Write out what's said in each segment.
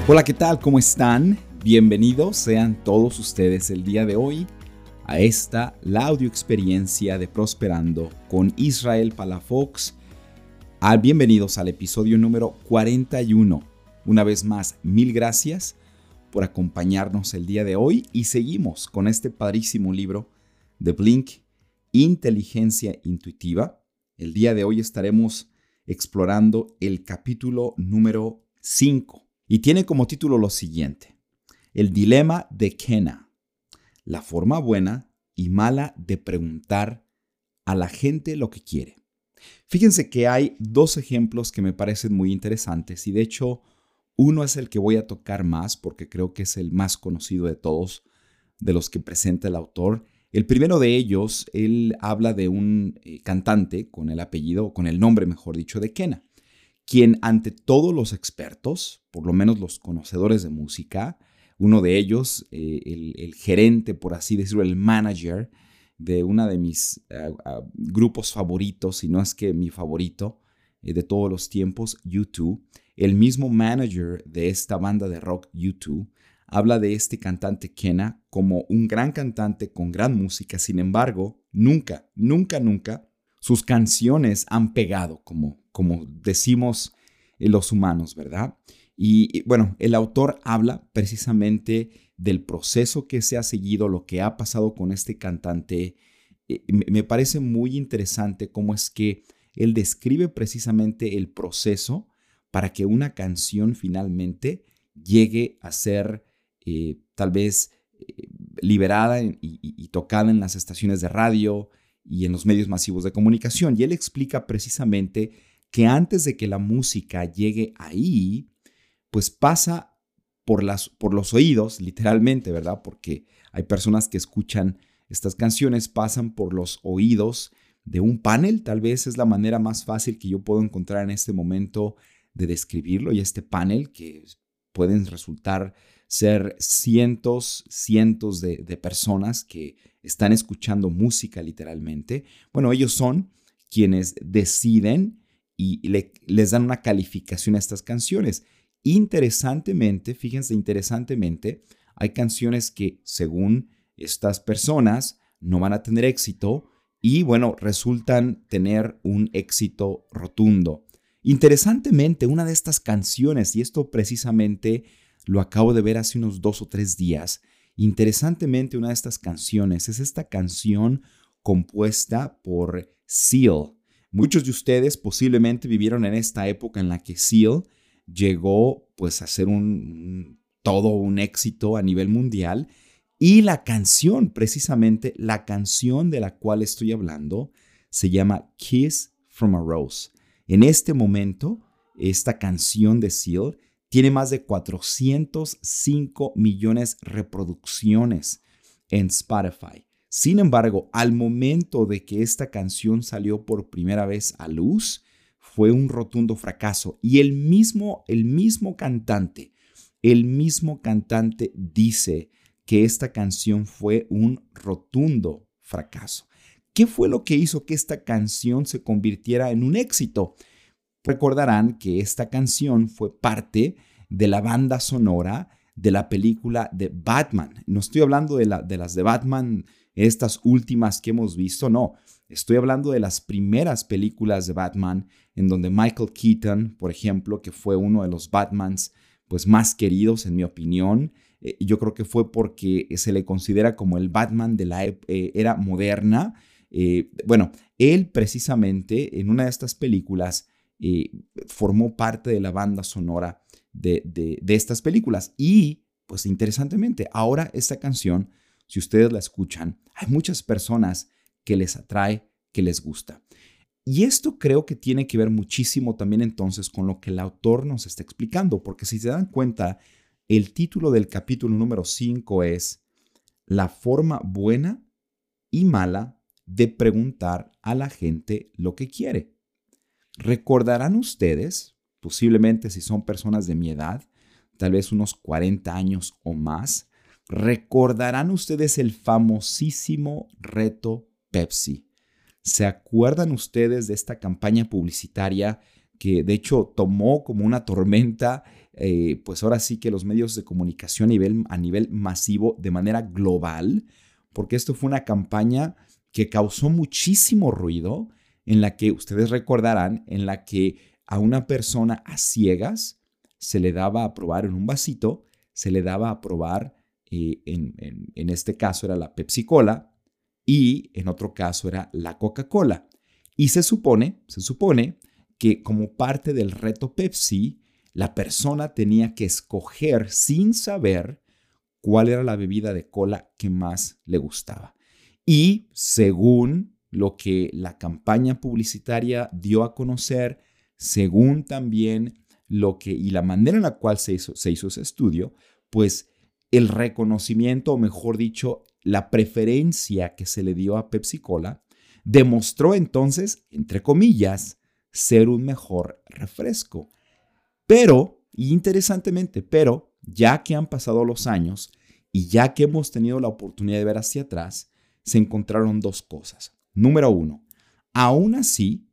Hola, ¿qué tal? ¿Cómo están? Bienvenidos sean todos ustedes el día de hoy a la audio experiencia de Prosperando con Israel Palafox. Bienvenidos al episodio número 41. Una vez más, mil gracias por acompañarnos el día de hoy y seguimos con este padrísimo libro de Blink, Inteligencia Intuitiva. El día de hoy estaremos explorando el capítulo número 5. Y tiene como título lo siguiente: El dilema de Kenna, la forma buena y mala de preguntar a la gente lo que quiere. Fíjense que hay dos ejemplos que me parecen muy interesantes y de hecho uno es el que voy a tocar más porque creo que es el más conocido de todos de los que presenta el autor. El primero de ellos, él habla de un cantante con el apellido, o con el nombre mejor dicho, de Kenna, quien ante todos los expertos, por lo menos los conocedores de música, uno de ellos, el gerente, por así decirlo, el manager de uno de mis grupos favoritos, si no es que mi favorito de todos los tiempos, U2, el mismo manager de esta banda de rock U2, habla de este cantante Kenna como un gran cantante con gran música. Sin embargo, nunca sus canciones han pegado, como decimos los humanos, ¿verdad? Y bueno, el autor habla precisamente del proceso que se ha seguido, lo que ha pasado con este cantante. Me parece muy interesante cómo es que él describe precisamente el proceso para que una canción finalmente llegue a ser tal vez liberada y tocada en las estaciones de radio y en los medios masivos de comunicación. Y él explica precisamente que antes de que la música llegue ahí, pues pasa por los oídos, literalmente, ¿verdad? Porque hay personas que escuchan estas canciones, pasan por los oídos de un panel. Tal vez es la manera más fácil que yo puedo encontrar en este momento de describirlo. Y este panel, que pueden resultar ser cientos de personas que están escuchando música literalmente. Bueno, ellos son quienes deciden y les dan una calificación a estas canciones. Interesantemente, fíjense, hay canciones que según estas personas no van a tener éxito y bueno, resultan tener un éxito rotundo. Interesantemente, una de estas canciones, y esto precisamente lo acabo de ver hace unos 2 o 3 días, interesantemente una de estas canciones es esta canción compuesta por Seal. Muchos de ustedes posiblemente vivieron en esta época en la que Seal llegó pues a ser todo un éxito a nivel mundial. Y la canción, precisamente la canción de la cual estoy hablando, se llama Kiss from a Rose. En este momento, esta canción de Seal tiene más de 405 millones de reproducciones en Spotify. Sin embargo, al momento de que esta canción salió por primera vez a luz, fue un rotundo fracaso. Y el mismo cantante dice que esta canción fue un rotundo fracaso. ¿Qué fue lo que hizo que esta canción se convirtiera en un éxito? Recordarán que esta canción fue parte de la banda sonora de la película de Batman. No estoy hablando de las de Batman, estas últimas que hemos visto, no. Estoy hablando de las primeras películas de Batman, en donde Michael Keaton, por ejemplo, que fue uno de los Batmans pues, más queridos, en mi opinión. Yo creo que fue porque se le considera como el Batman de la era moderna. Bueno, él precisamente en una de estas películas formó parte de la banda sonora de estas películas. Y, pues interesantemente, ahora esta canción, si ustedes la escuchan, hay muchas personas que les atrae, que les gusta. Y esto creo que tiene que ver muchísimo también entonces con lo que el autor nos está explicando, porque si se dan cuenta, el título del capítulo número 5 es La forma buena y mala de preguntar a la gente lo que quiere. Recordarán ustedes, posiblemente si son personas de mi edad, tal vez unos 40 años o más, recordarán ustedes el famosísimo reto Pepsi. ¿Se acuerdan ustedes de esta campaña publicitaria que de hecho tomó como una tormenta, pues ahora sí que los medios de comunicación a nivel masivo, de manera global, porque esto fue una campaña que causó muchísimo ruido, en la que ustedes recordarán, en la que a una persona a ciegas se le daba a probar en un vasito, se le daba a probar, en este caso era la Pepsi Cola y en otro caso era la Coca-Cola. Y se supone que como parte del reto Pepsi, la persona tenía que escoger sin saber cuál era la bebida de cola que más le gustaba. Y según lo que la campaña publicitaria dio a conocer, según también y la manera en la cual se hizo ese estudio, pues el reconocimiento, o mejor dicho, la preferencia que se le dio a Pepsi Cola, demostró entonces, entre comillas, ser un mejor refresco. Pero, interesantemente, ya que han pasado los años y ya que hemos tenido la oportunidad de ver hacia atrás, se encontraron dos cosas. Número uno, aún así,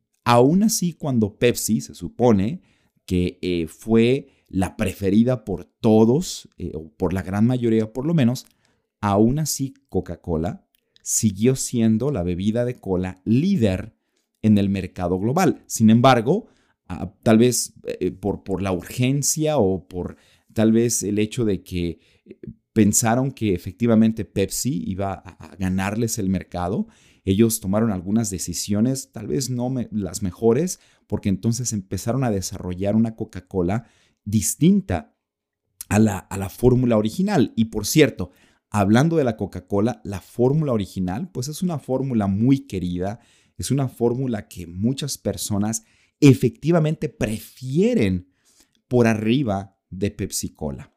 cuando Pepsi se supone que fue la preferida por todos, o por la gran mayoría por lo menos, aún así Coca-Cola siguió siendo la bebida de cola líder en el mercado global. Sin embargo, tal vez por la urgencia o por tal vez el hecho de que pensaron que efectivamente Pepsi iba a ganarles el mercado, ellos tomaron algunas decisiones, tal vez no las mejores, porque entonces empezaron a desarrollar una Coca-Cola distinta a la fórmula original. Y por cierto, hablando de la Coca-Cola, la fórmula original, pues es una fórmula muy querida, es una fórmula que muchas personas efectivamente prefieren por arriba de Pepsi Cola.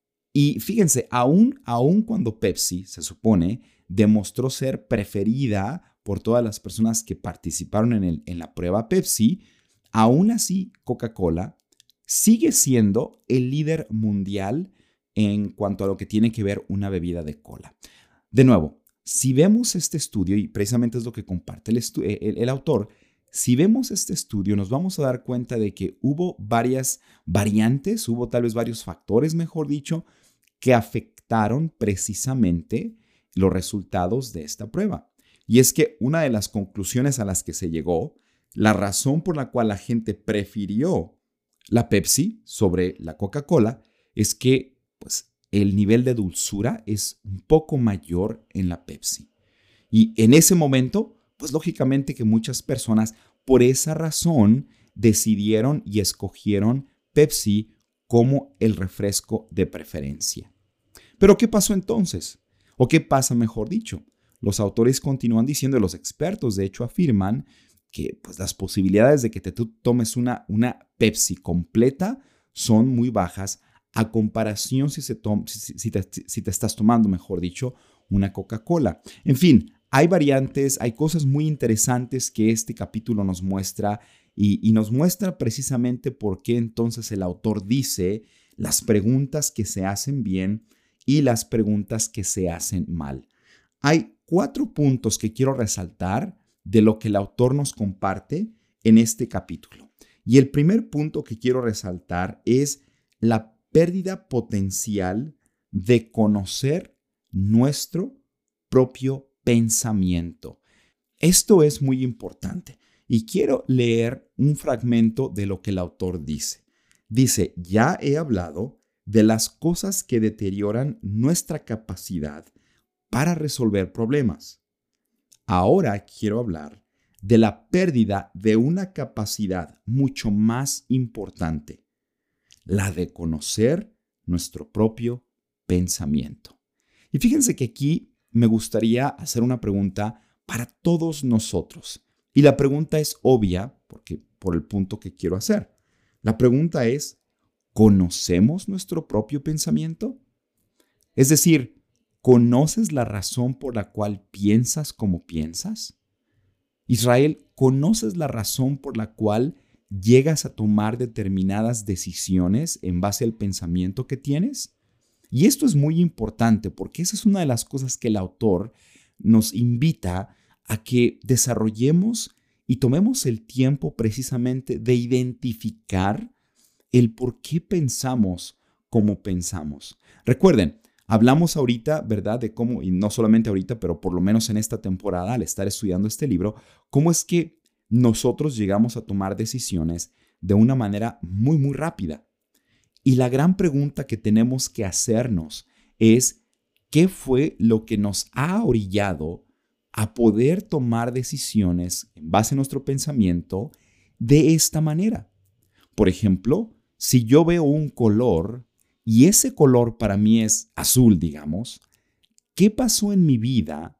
Y fíjense, aún cuando Pepsi, se supone, demostró ser preferida por todas las personas que participaron en la prueba Pepsi, aún así Coca-Cola sigue siendo el líder mundial en cuanto a lo que tiene que ver una bebida de cola. De nuevo, si vemos este estudio, y precisamente es lo que comparte el autor, si vemos este estudio nos vamos a dar cuenta de que hubo varias variantes, hubo tal vez varios factores, mejor dicho, que afectaron precisamente los resultados de esta prueba. Y es que una de las conclusiones a las que se llegó, la razón por la cual la gente prefirió la Pepsi sobre la Coca-Cola, es que pues, el nivel de dulzura es un poco mayor en la Pepsi. Y en ese momento, pues lógicamente que muchas personas por esa razón decidieron y escogieron Pepsi como el refresco de preferencia. Pero ¿qué pasó entonces? ¿O qué pasa, mejor dicho? Los autores continúan diciendo, los expertos de hecho afirman que pues, las posibilidades de que tú tomes una Pepsi completa son muy bajas a comparación si te estás tomando, mejor dicho, una Coca-Cola. En fin, hay variantes, hay cosas muy interesantes que este capítulo nos muestra y nos muestra precisamente por qué entonces el autor dice las preguntas que se hacen bien y las preguntas que se hacen mal. Hay 4 puntos que quiero resaltar de lo que el autor nos comparte en este capítulo. Y el primer punto que quiero resaltar es la pérdida potencial de conocer nuestro propio pensamiento. Esto es muy importante y quiero leer un fragmento de lo que el autor dice. Dice, ya he hablado de las cosas que deterioran nuestra capacidad para resolver problemas. Ahora quiero hablar de la pérdida de una capacidad mucho más importante, la de conocer nuestro propio pensamiento. Y fíjense que aquí me gustaría hacer una pregunta para todos nosotros. Y la pregunta es obvia, porque por el punto que quiero hacer. La pregunta es, ¿conocemos nuestro propio pensamiento? Es decir, ¿conoces la razón por la cual piensas como piensas? Israel, ¿conoces la razón por la cual llegas a tomar determinadas decisiones en base al pensamiento que tienes? Y esto es muy importante porque esa es una de las cosas que el autor nos invita a que desarrollemos y tomemos el tiempo precisamente de identificar el por qué pensamos como pensamos. Recuerden, hablamos ahorita, ¿verdad? De cómo, y no solamente ahorita, pero por lo menos en esta temporada, al estar estudiando este libro, cómo es que nosotros llegamos a tomar decisiones de una manera muy, muy rápida. Y la gran pregunta que tenemos que hacernos es, ¿qué fue lo que nos ha orillado a poder tomar decisiones en base a nuestro pensamiento de esta manera? Por ejemplo, si yo veo un color y ese color para mí es azul, digamos, ¿qué pasó en mi vida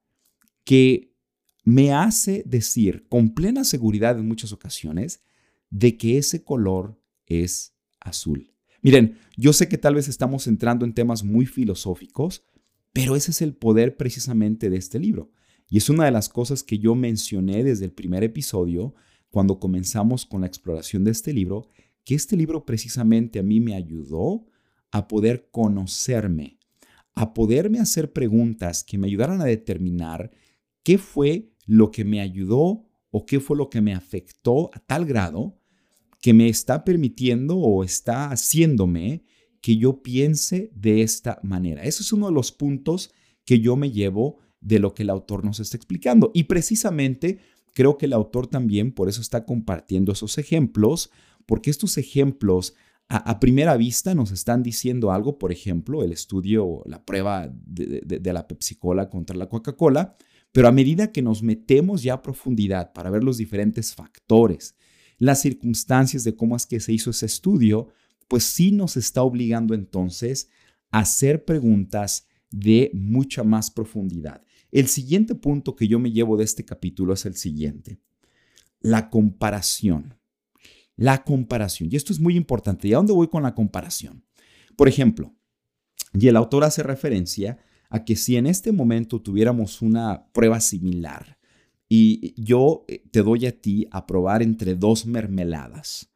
que me hace decir con plena seguridad en muchas ocasiones de que ese color es azul? Miren, yo sé que tal vez estamos entrando en temas muy filosóficos, pero ese es el poder precisamente de este libro. Y es una de las cosas que yo mencioné desde el primer episodio, cuando comenzamos con la exploración de este libro, que este libro precisamente a mí me ayudó a poder conocerme, a poderme hacer preguntas que me ayudaran a determinar qué fue lo que me ayudó o qué fue lo que me afectó a tal grado que me está permitiendo o está haciéndome que yo piense de esta manera. Ese es uno de los puntos que yo me llevo de lo que el autor nos está explicando. Y precisamente creo que el autor también por eso está compartiendo esos ejemplos, porque estos ejemplos a primera vista nos están diciendo algo. Por ejemplo, el estudio, la prueba de la Pepsi-Cola contra la Coca-Cola, pero a medida que nos metemos ya a profundidad para ver los diferentes factores, las circunstancias de cómo es que se hizo ese estudio, pues sí nos está obligando entonces a hacer preguntas de mucha más profundidad. El siguiente punto que yo me llevo de este capítulo es el siguiente: la comparación. La comparación. Y esto es muy importante. ¿Y a dónde voy con la comparación? Por ejemplo, y el autor hace referencia a que si en este momento tuviéramos una prueba similar y yo te doy a ti a probar entre dos mermeladas,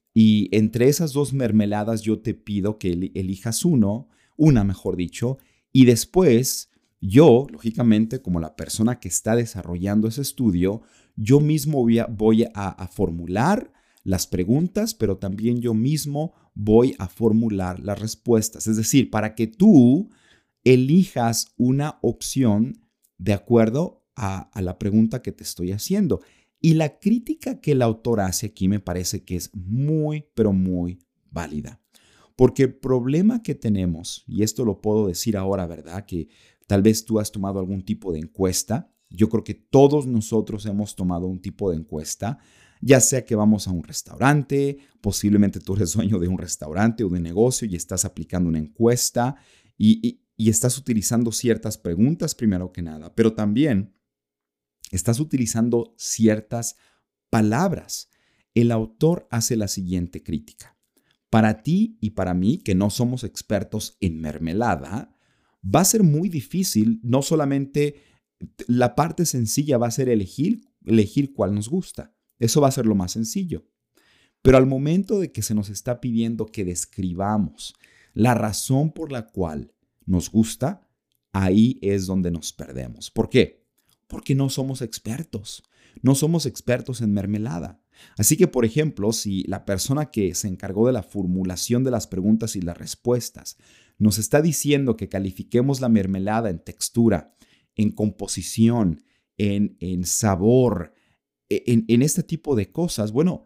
y entre esas dos mermeladas yo te pido que elijas una mejor dicho, y después yo, lógicamente, como la persona que está desarrollando ese estudio, yo mismo voy a formular las preguntas, pero también yo mismo voy a formular las respuestas. Es decir, para que tú elijas una opción de acuerdo a la pregunta que te estoy haciendo. Y la crítica que el autor hace aquí me parece que es muy, pero muy válida. Porque el problema que tenemos, y esto lo puedo decir ahora, ¿verdad? Que tal vez tú has tomado algún tipo de encuesta. Yo creo que todos nosotros hemos tomado un tipo de encuesta, ya sea que vamos a un restaurante, posiblemente tú eres dueño de un restaurante o de negocio y estás aplicando una encuesta y estás utilizando ciertas preguntas primero que nada, pero también estás utilizando ciertas palabras. El autor hace la siguiente crítica. Para ti y para mí, que no somos expertos en mermelada, va a ser muy difícil. No solamente la parte sencilla va a ser elegir cuál nos gusta. Eso va a ser lo más sencillo. Pero al momento de que se nos está pidiendo que describamos la razón por la cual nos gusta, ahí es donde nos perdemos. ¿Por qué? Porque no somos expertos. No somos expertos en mermelada. Así que, por ejemplo, si la persona que se encargó de la formulación de las preguntas y las respuestas nos está diciendo que califiquemos la mermelada en textura, en composición, en sabor, en este tipo de cosas, bueno,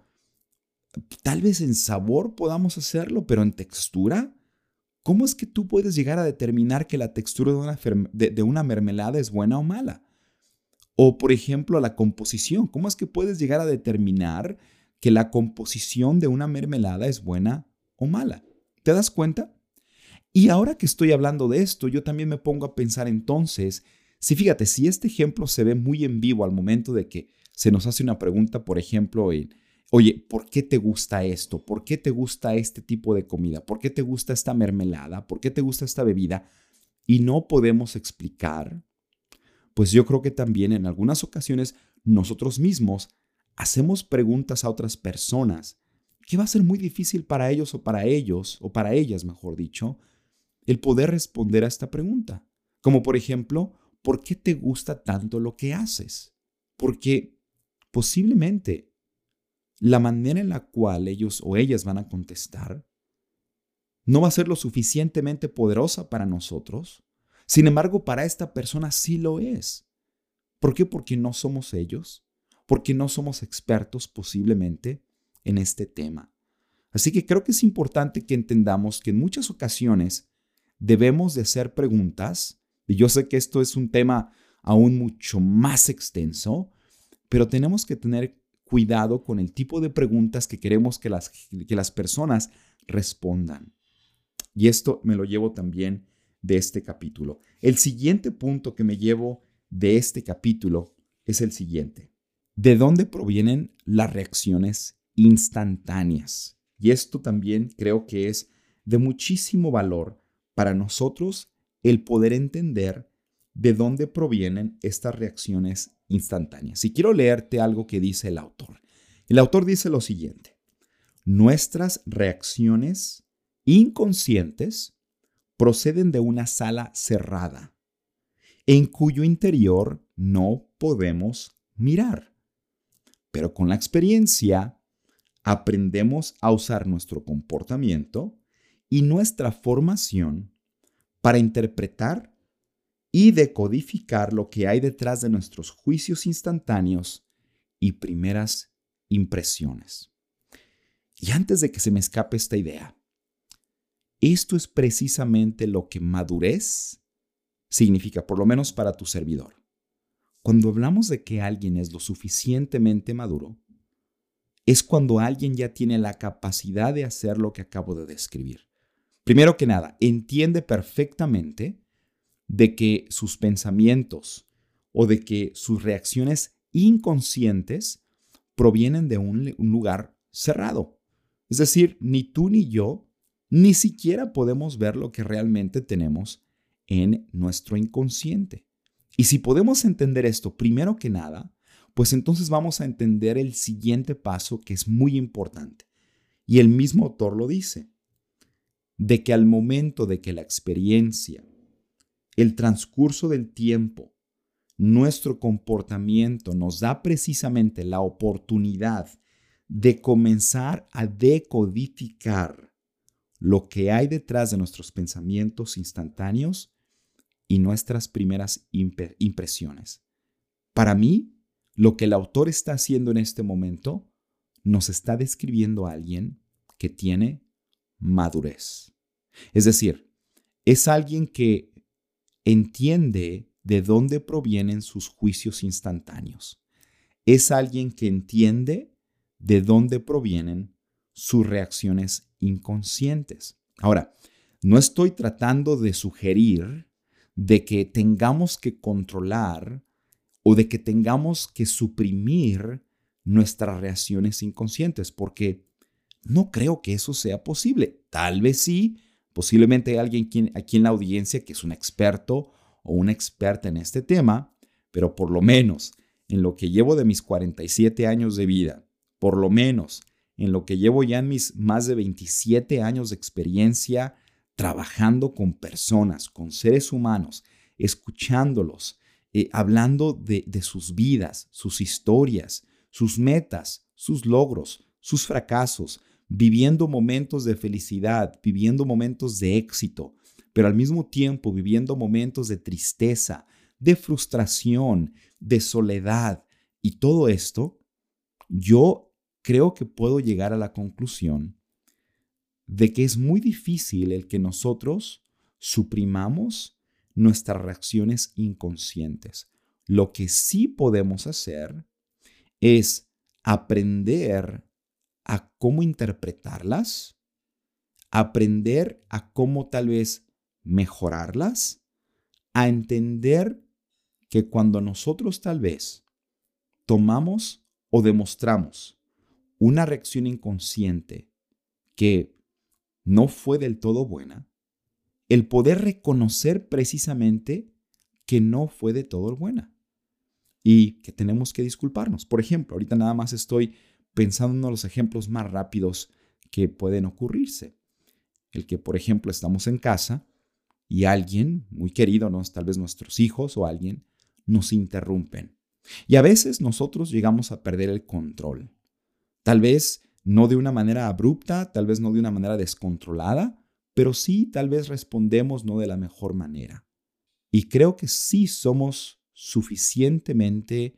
tal vez en sabor podamos hacerlo, pero en textura, ¿cómo es que tú puedes llegar a determinar que la textura de una mermelada es buena o mala? O, por ejemplo, la composición. ¿Cómo es que puedes llegar a determinar que la composición de una mermelada es buena o mala? ¿Te das cuenta? Y ahora que estoy hablando de esto, yo también me pongo a pensar entonces, fíjate, si este ejemplo se ve muy en vivo al momento de que se nos hace una pregunta, por ejemplo, oye, ¿por qué te gusta esto? ¿Por qué te gusta este tipo de comida? ¿Por qué te gusta esta mermelada? ¿Por qué te gusta esta bebida? Y no podemos explicar. Pues yo creo que también en algunas ocasiones nosotros mismos hacemos preguntas a otras personas que va a ser muy difícil para ellos, o para ellas, mejor dicho, el poder responder a esta pregunta. Como por ejemplo, ¿por qué te gusta tanto lo que haces? Porque posiblemente la manera en la cual ellos o ellas van a contestar no va a ser lo suficientemente poderosa para nosotros. Sin embargo, para esta persona sí lo es. ¿Por qué? Porque no somos ellos, porque no somos expertos posiblemente en este tema. Así que creo que es importante que entendamos que en muchas ocasiones debemos de hacer preguntas, y yo sé que esto es un tema aún mucho más extenso, pero tenemos que tener cuidado con el tipo de preguntas que queremos que las personas respondan. Y esto me lo llevo también de este capítulo. El siguiente punto que me llevo de este capítulo es el siguiente. ¿De dónde provienen las reacciones instantáneas? Y esto también creo que es de muchísimo valor para nosotros el poder entender de dónde provienen estas reacciones instantáneas. Y quiero leerte algo que dice el autor. El autor dice lo siguiente: nuestras reacciones inconscientes proceden de una sala cerrada, en cuyo interior no podemos mirar. Pero con la experiencia aprendemos a usar nuestro comportamiento y nuestra formación para interpretar y decodificar lo que hay detrás de nuestros juicios instantáneos y primeras impresiones. Y antes de que se me escape esta idea, esto es precisamente lo que madurez significa, por lo menos para tu servidor. Cuando hablamos de que alguien es lo suficientemente maduro, es cuando alguien ya tiene la capacidad de hacer lo que acabo de describir. Primero que nada, entiende perfectamente de que sus pensamientos o de que sus reacciones inconscientes provienen de un lugar cerrado. Es decir, ni tú ni yo ni siquiera podemos ver lo que realmente tenemos en nuestro inconsciente. Y si podemos entender esto, primero que nada, pues entonces vamos a entender el siguiente paso, que es muy importante. Y el mismo autor lo dice, de que al momento de que la experiencia, el transcurso del tiempo, nuestro comportamiento nos da precisamente la oportunidad de comenzar a decodificar lo que hay detrás de nuestros pensamientos instantáneos y nuestras primeras impresiones. Para mí, lo que el autor está haciendo en este momento nos está describiendo a alguien que tiene madurez. Es decir, es alguien que entiende de dónde provienen sus juicios instantáneos. Es alguien que entiende de dónde provienen sus reacciones inconscientes. Ahora, no estoy tratando de sugerir de que tengamos que controlar o de que tengamos que suprimir nuestras reacciones inconscientes, porque no creo que eso sea posible. Tal vez sí, posiblemente hay alguien aquí en la audiencia que es un experto o una experta en este tema, pero por lo menos en lo que llevo de mis 47 años de vida, por lo menos en lo que llevo ya en mis más de 27 años de experiencia trabajando con personas, con seres humanos, escuchándolos, hablando de sus vidas, sus historias, sus metas, sus logros, sus fracasos, viviendo momentos de felicidad, viviendo momentos de éxito, pero al mismo tiempo viviendo momentos de tristeza, de frustración, de soledad. Y todo esto, yo creo que puedo llegar a la conclusión de que es muy difícil el que nosotros suprimamos nuestras reacciones inconscientes. Lo que sí podemos hacer es aprender a cómo interpretarlas, aprender a cómo tal vez mejorarlas, a entender que cuando nosotros tal vez tomamos o demostramos una reacción inconsciente que no fue del todo buena, el poder reconocer precisamente que no fue de todo buena y que tenemos que disculparnos. Por ejemplo, ahorita nada más estoy pensando en uno de los ejemplos más rápidos que pueden ocurrirse. El que, por ejemplo, estamos en casa y alguien muy querido, ¿no? Tal vez nuestros hijos o alguien, nos interrumpen. Y a veces nosotros llegamos a perder el control. Tal vez no de una manera abrupta, tal vez no de una manera descontrolada, pero sí tal vez respondemos no de la mejor manera. Y creo que sí somos suficientemente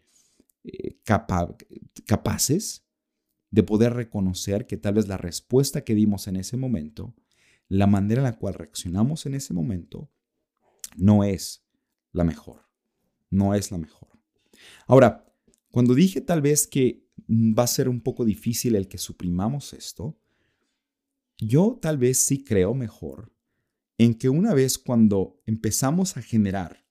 capaces de poder reconocer que tal vez la respuesta que dimos en ese momento, la manera en la cual reaccionamos en ese momento, no es la mejor. No es la mejor. Ahora, cuando dije tal vez que va a ser un poco difícil el que suprimamos esto, yo tal vez sí creo mejor en que una vez cuando empezamos a generar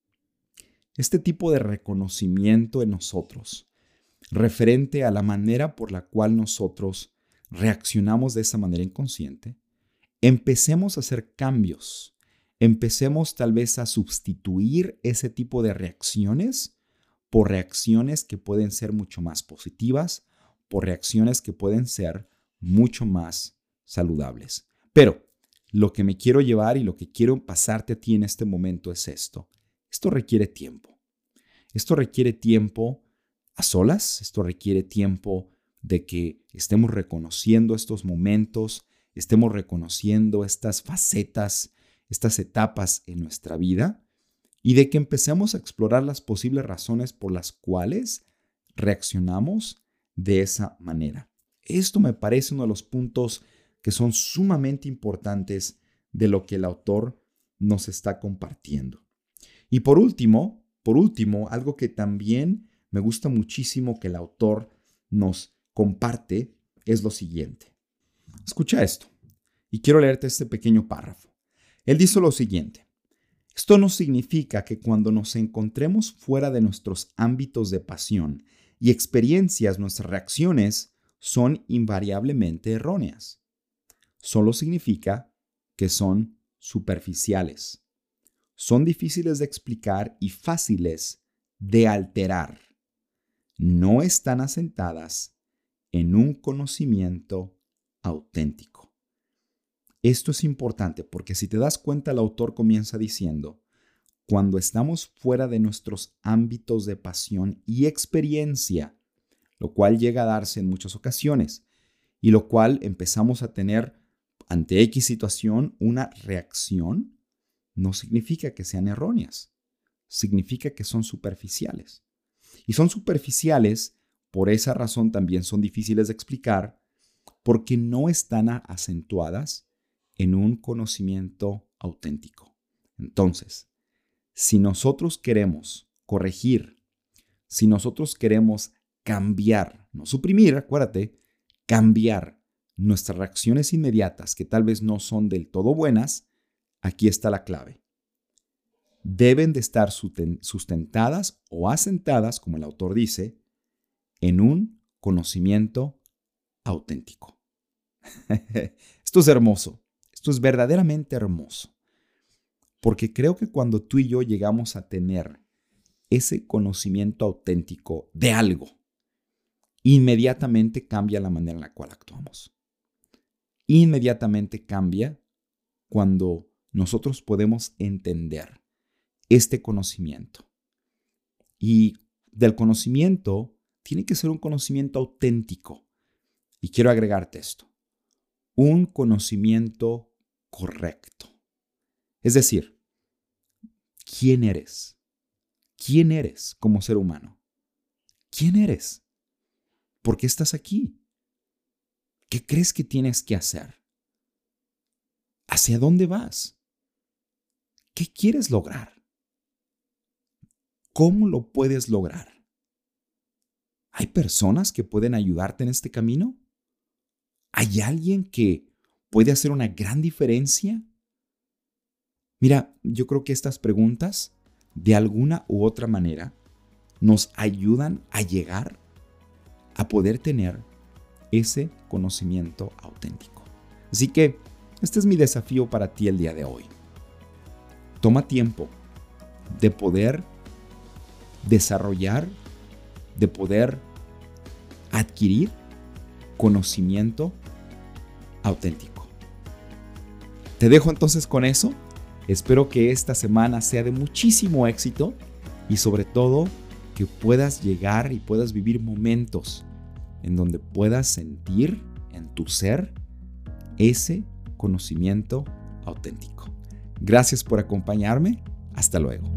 este tipo de reconocimiento en nosotros, referente a la manera por la cual nosotros reaccionamos de esa manera inconsciente, empecemos a hacer cambios, empecemos tal vez a sustituir ese tipo de reacciones por reacciones que pueden ser mucho más positivas, por reacciones que pueden ser mucho más saludables. Pero lo que me quiero llevar y lo que quiero pasarte a ti en este momento es esto. Esto requiere tiempo. Esto requiere tiempo a solas, esto requiere tiempo de que estemos reconociendo estos momentos, estemos reconociendo estas facetas, estas etapas en nuestra vida y de que empecemos a explorar las posibles razones por las cuales reaccionamos de esa manera. Esto me parece uno de los puntos que son sumamente importantes de lo que el autor nos está compartiendo. Y por último, algo que también me gusta muchísimo que el autor nos comparte es lo siguiente. Escucha esto y quiero leerte este pequeño párrafo. Él dice lo siguiente. Esto no significa que cuando nos encontremos fuera de nuestros ámbitos de pasión y experiencias, nuestras reacciones son invariablemente erróneas. Solo significa que son superficiales. Son difíciles de explicar y fáciles de alterar. No están asentadas en un conocimiento auténtico. Esto es importante porque si te das cuenta, el autor comienza diciendo, cuando estamos fuera de nuestros ámbitos de pasión y experiencia, lo cual llega a darse en muchas ocasiones, y lo cual empezamos a tener ante X situación una reacción, no significa que sean erróneas, significa que son superficiales. Y son superficiales, por esa razón también son difíciles de explicar, porque no están acentuadas en un conocimiento auténtico. Entonces, si nosotros queremos corregir, si nosotros queremos cambiar, no suprimir, acuérdate, cambiar nuestras reacciones inmediatas que tal vez no son del todo buenas, aquí está la clave. Deben de estar sustentadas o asentadas, como el autor dice, en un conocimiento auténtico. Esto es hermoso, esto es verdaderamente hermoso, porque creo que cuando tú y yo llegamos a tener ese conocimiento auténtico de algo, inmediatamente cambia la manera en la cual actuamos. Inmediatamente cambia cuando nosotros podemos entender este conocimiento. Y del conocimiento tiene que ser un conocimiento auténtico. Y quiero agregarte esto. Un conocimiento correcto. Es decir, ¿quién eres? ¿Quién eres como ser humano? ¿Quién eres? ¿Por qué estás aquí? ¿Qué crees que tienes que hacer? ¿Hacia dónde vas? ¿Qué quieres lograr? ¿Cómo lo puedes lograr? ¿Hay personas que pueden ayudarte en este camino? ¿Hay alguien que puede hacer una gran diferencia? Mira, yo creo que estas preguntas, de alguna u otra manera, nos ayudan a llegar a poder tener ese conocimiento auténtico. Así que este es mi desafío para ti el día de hoy. Toma tiempo de poder desarrollar, de poder adquirir conocimiento auténtico. Te dejo entonces con eso. Espero que esta semana sea de muchísimo éxito y sobre todo que puedas llegar y puedas vivir momentos en donde puedas sentir en tu ser ese conocimiento auténtico. Gracias por acompañarme. Hasta luego.